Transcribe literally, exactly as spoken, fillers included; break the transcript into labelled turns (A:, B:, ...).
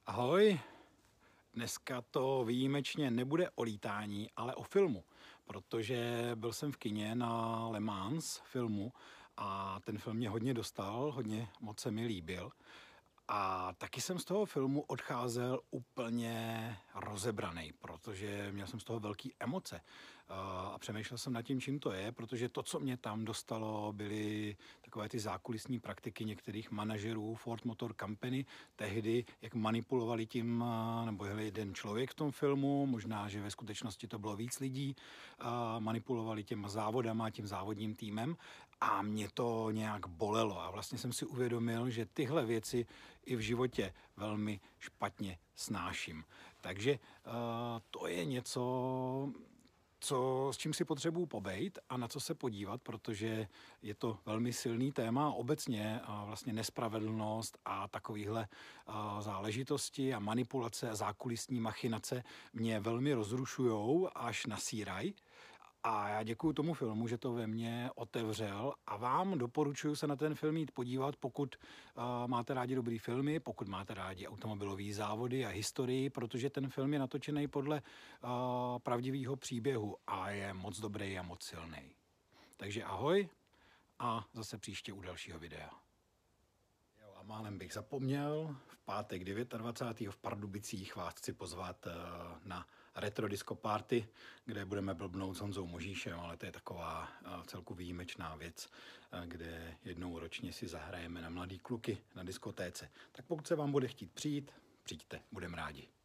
A: Ahoj, dneska to výjimečně nebude o lítání, ale o filmu, protože byl jsem v kině na Le Mans filmu a ten film mě hodně dostal, hodně moc se mi líbil. A taky jsem z toho filmu odcházel úplně rozebraný, protože měl jsem z toho velké emoce. A přemýšlel jsem nad tím, čím to je, protože to, co mě tam dostalo, byly takové ty zákulisní praktiky některých manažerů Ford Motor Company tehdy, jak manipulovali tím, nebo byl jeden člověk v tom filmu, možná, že ve skutečnosti to bylo víc lidí, manipulovali těma závodama, tím závodním týmem a mě to nějak bolelo a vlastně jsem si uvědomil, že tyhle věci i v životě velmi špatně snáším. Takže uh, to je něco, co, s čím si potřebuju pobejt a na co se podívat, protože je to velmi silný téma obecně a vlastně nespravedlnost a takovýhle uh, záležitosti a manipulace a zákulisní machinace mě velmi rozrušujou až nasírají. A já děkuji tomu filmu, že to ve mně otevřel a vám doporučuji se na ten film jít podívat, pokud uh, máte rádi dobrý filmy, pokud máte rádi automobilové závody a historii, protože ten film je natočený podle uh, pravdivého příběhu a je moc dobrý a moc silný. Takže ahoj a zase příště u dalšího videa. Jo, a málem bych zapomněl, v pátek dvacátého devátého v Pardubicích vás chci pozvat uh, na retro disco party, kde budeme blbnout s Honzou Možíšem, ale to je taková celku výjimečná věc, kde jednou ročně si zahrajeme na mladý kluky na diskotéce. Tak pokud se vám bude chtít přijít, přijďte, budeme rádi.